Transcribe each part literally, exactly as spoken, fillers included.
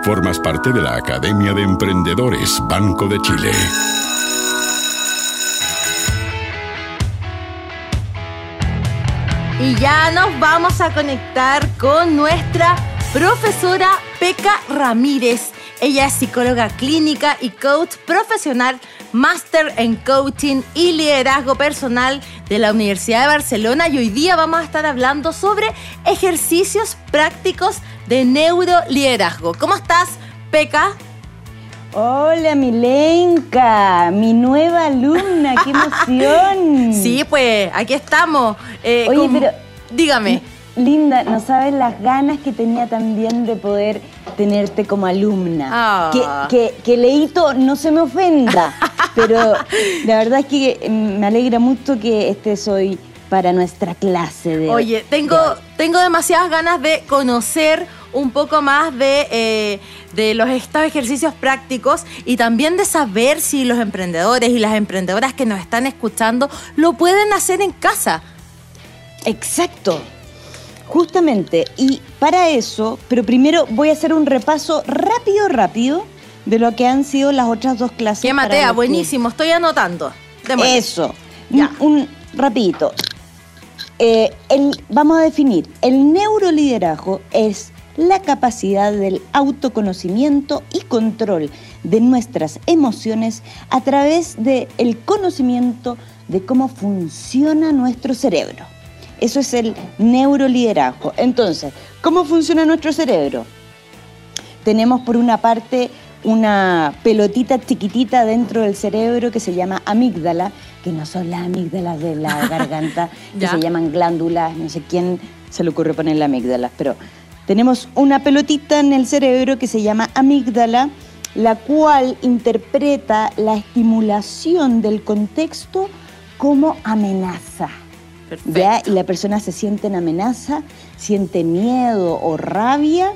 Formas parte de la Academia de Emprendedores Banco de Chile. Y ya nos vamos a conectar con nuestra profesora Peca Ramírez. Ella es psicóloga clínica y coach profesional, máster en coaching y liderazgo personal de la Universidad de Barcelona. Y hoy día vamos a estar hablando sobre ejercicios prácticos de neuroliderazgo. ¿Cómo estás, Peca? Hola, Milenka, mi nueva alumna, qué emoción. Sí, pues, aquí estamos. Eh, Oye, con... pero... Dígame. Linda, no sabes las ganas que tenía también de poder tenerte como alumna. Ah. Que, que, que Leito no se me ofenda, pero la verdad es que me alegra mucho que estés hoy para nuestra clase de Oye, tengo, de tengo demasiadas ganas de conocer un poco más de, eh, de los, estos ejercicios prácticos y también de saber si los emprendedores y las emprendedoras que nos están escuchando lo pueden hacer en casa. Exacto. Justamente, y para eso, pero primero voy a hacer un repaso rápido, rápido de lo que han sido las otras dos clases. ¡Qué Matea! Buenísimo, estoy anotando. Démosle. Eso, ya. Un, un rapidito. Eh, el, vamos a definir, el neuroliderazgo es la capacidad del autoconocimiento y control de nuestras emociones a través del conocimiento de cómo funciona nuestro cerebro. Eso es el neuroliderazgo. Entonces, ¿cómo funciona nuestro cerebro? Tenemos por una parte una pelotita chiquitita dentro del cerebro que se llama amígdala, que no son las amígdalas de la garganta, que se llaman glándulas, no sé quién se le ocurre poner la amígdala, pero tenemos una pelotita en el cerebro que se llama amígdala, la cual interpreta la estimulación del contexto como amenaza. ¿Ya? Y la persona se siente en amenaza, siente miedo o rabia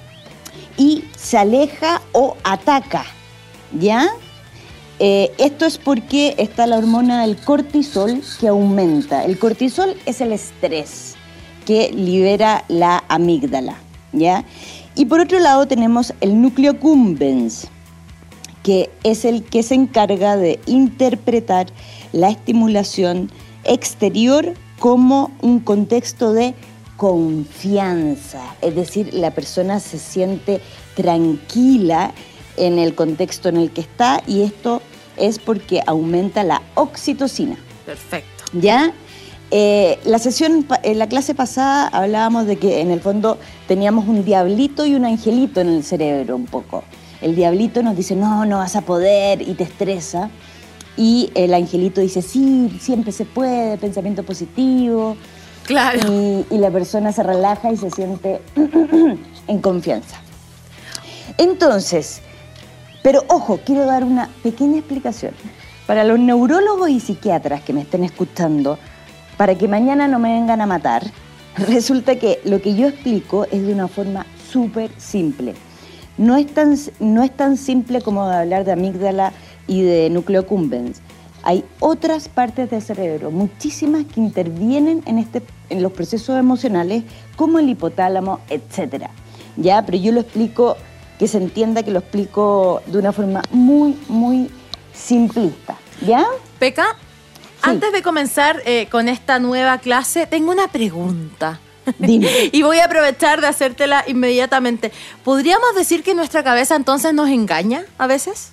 y se aleja o ataca, ¿ya? Eh, esto es porque está la hormona del cortisol que aumenta. El cortisol es el estrés que libera la amígdala, ¿ya? Y por otro lado tenemos el núcleo accumbens, que es el que se encarga de interpretar la estimulación exterior como un contexto de confianza, es decir, la persona se siente tranquila en el contexto en el que está y esto es porque aumenta la oxitocina. Perfecto. ¿Ya? Eh, la sesión, en la clase pasada hablábamos de que en el fondo teníamos un diablito y un angelito en el cerebro un poco. El diablito nos dice, no, no vas a poder y te estresa. Y el angelito dice, sí, siempre se puede, pensamiento positivo. Claro. Y, y la persona se relaja y se siente en confianza. Entonces, pero ojo, quiero dar una pequeña explicación. Para los neurólogos y psiquiatras que me estén escuchando, para que mañana no me vengan a matar, resulta que lo que yo explico es de una forma súper simple. No es tan, no es tan simple como hablar de amígdala y de núcleo accumbens. Hay otras partes del cerebro, muchísimas que intervienen en, este, en los procesos emocionales, como el hipotálamo, etcétera. ¿Ya? Pero yo lo explico, que se entienda que lo explico de una forma muy, muy simplista. ¿Ya? Peca, sí. Antes de comenzar eh, con esta nueva clase, tengo una pregunta. Dime. Y voy a aprovechar de hacértela inmediatamente. ¿Podríamos decir que nuestra cabeza entonces nos engaña a veces?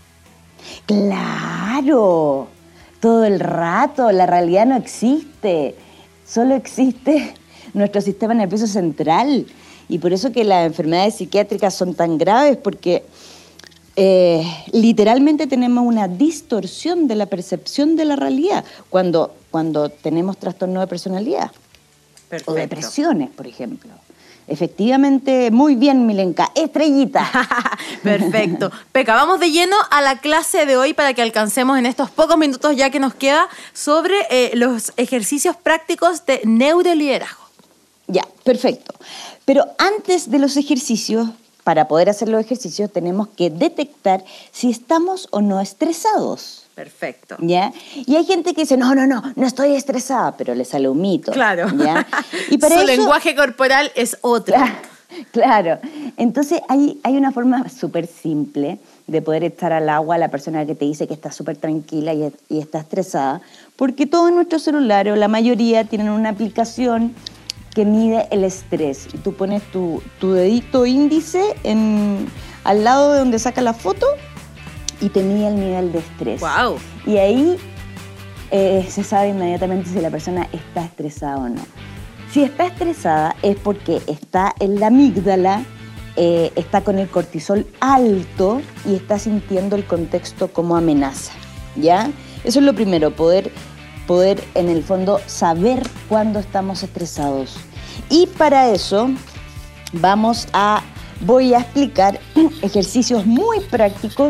¡Claro! Todo el rato, la realidad no existe. Solo existe nuestro sistema nervioso central. Y por eso que las enfermedades psiquiátricas son tan graves, porque eh, literalmente tenemos una distorsión de la percepción de la realidad cuando, cuando tenemos trastorno de personalidad. Perfecto. O depresiones, por ejemplo. Efectivamente, muy bien, Milenka. Estrellita. Perfecto. Peca, vamos de lleno a la clase de hoy para que alcancemos en estos pocos minutos ya que nos queda sobre eh, los ejercicios prácticos de neuroliderazgo. Ya, perfecto. Pero antes de los ejercicios, para poder hacer los ejercicios, tenemos que detectar si estamos o no estresados. Perfecto. ¿Ya? Y hay gente que dice, no, no, no, no estoy estresada, pero le sale un mito. Claro. ¿Ya? Y para Su eso, lenguaje corporal es otro. Claro. Entonces hay, hay una forma súper simple de poder estar al agua la persona que te dice que está súper tranquila y, y está estresada, porque todos nuestros celulares, o la mayoría, tienen una aplicación que mide el estrés. Y tú pones tu, tu dedito índice en, al lado de donde saca la foto y te mide el nivel de estrés. Wow. Y ahí eh, se sabe inmediatamente si la persona está estresada o no. Si está estresada es porque está en la amígdala, eh, está con el cortisol alto y está sintiendo el contexto como amenaza, ¿ya? Eso es lo primero, poder, poder en el fondo saber cuándo estamos estresados. Y para eso vamos a, voy a explicar ejercicios muy prácticos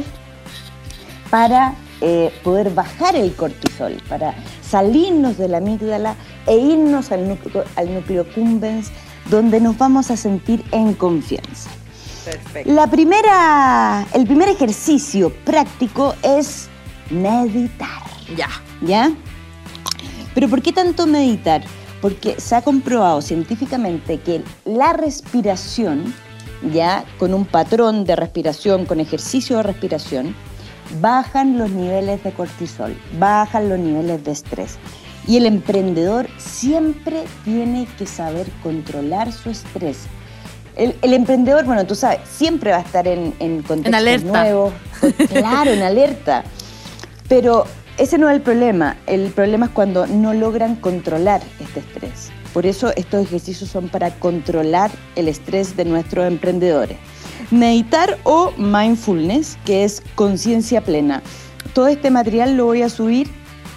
para eh, poder bajar el cortisol, para salirnos de la amígdala e irnos al núcleo, al núcleo accumbens, donde nos vamos a sentir en confianza. Perfecto. La primera, el primer ejercicio práctico es meditar. Ya. ¿Ya? ¿Pero por qué tanto meditar? Porque se ha comprobado científicamente que la respiración, ya con un patrón de respiración, con ejercicio de respiración, bajan los niveles de cortisol, bajan los niveles de estrés. Y el emprendedor siempre tiene que saber controlar su estrés. El, el emprendedor, bueno, tú sabes, siempre va a estar en, en contextos en alerta. nuevos. Claro, en alerta. Pero ese no es el problema. El problema es cuando no logran controlar este estrés. Por eso estos ejercicios son para controlar el estrés de nuestros emprendedores. Meditar o mindfulness, que es conciencia plena. Todo este material lo voy a subir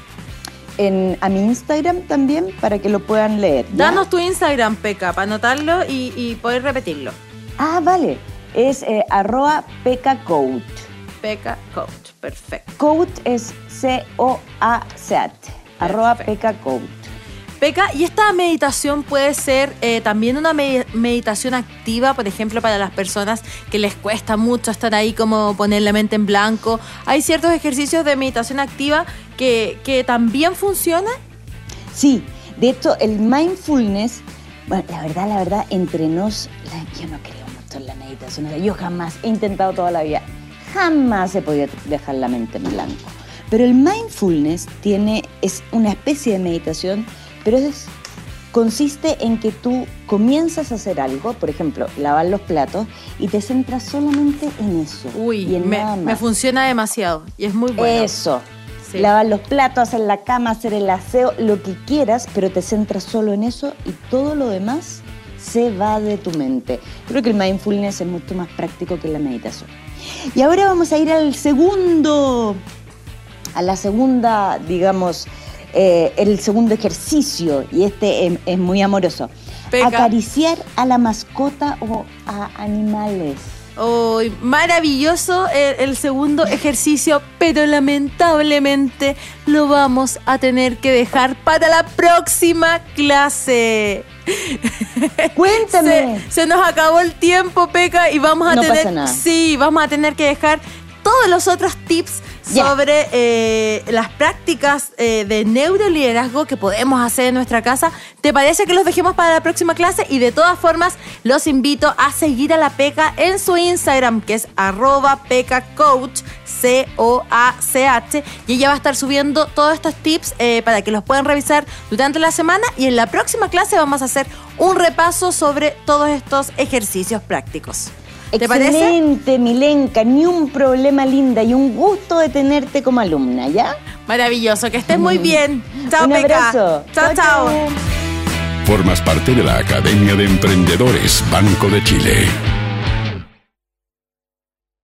en, a mi Instagram también para que lo puedan leer, ¿ya? Danos tu Instagram, Peca, para anotarlo y, y poder repetirlo. Ah, vale. Es eh, arroba pecacoach. Peca Coach, perfecto. Coach es C O A C H. Arroba pecacoach. Peca, ¿y esta meditación puede ser eh, también una med- meditación activa, por ejemplo, para las personas que les cuesta mucho estar ahí, como poner la mente en blanco? ¿Hay ciertos ejercicios de meditación activa que, que también funcionan? Sí, de hecho, el mindfulness, bueno, la verdad, la verdad, entre nos, la, yo no creo mucho en la meditación. O sea, yo jamás he intentado toda la vida, jamás he podido dejar la mente en blanco. Pero el mindfulness tiene, es una especie de meditación, pero es, consiste en que tú comienzas a hacer algo, por ejemplo, lavar los platos, y te centras solamente en eso. Uy, y en me, nada más. me funciona demasiado y es muy bueno. Eso. Sí. Lavar los platos, hacer la cama, hacer el aseo, lo que quieras, pero te centras solo en eso y todo lo demás se va de tu mente. Creo que el mindfulness es mucho más práctico que la meditación. Y ahora vamos a ir al segundo, a la segunda, digamos, eh, el segundo ejercicio, y este es, es muy amoroso. Peca. Acariciar a la mascota o a animales. Oh, maravilloso el, el segundo ejercicio, pero lamentablemente lo vamos a tener que dejar para la próxima clase. Cuéntame. Se, se nos acabó el tiempo, Peca, y vamos a No tener, pasa nada. sí, vamos a tener que dejar todos los otros tips Ya. sobre eh, las prácticas eh, de neuroliderazgo que podemos hacer en nuestra casa. ¿Te parece que los dejemos para la próxima clase? Y de todas formas, los invito a seguir a la Peca en su Instagram, que es arroba pecacoach, C O A C H, y ella va a estar subiendo todos estos tips eh, para que los puedan revisar durante la semana, y en la próxima clase vamos a hacer un repaso sobre todos estos ejercicios prácticos. ¿Te parece? Excelente, Milenka, ni un problema, linda, y un gusto de tenerte como alumna, ¿ya? Maravilloso, que estés muy bien. Chao, Un Peca. abrazo. Chao, chao. Formas parte de la Academia de Emprendedores Banco de Chile.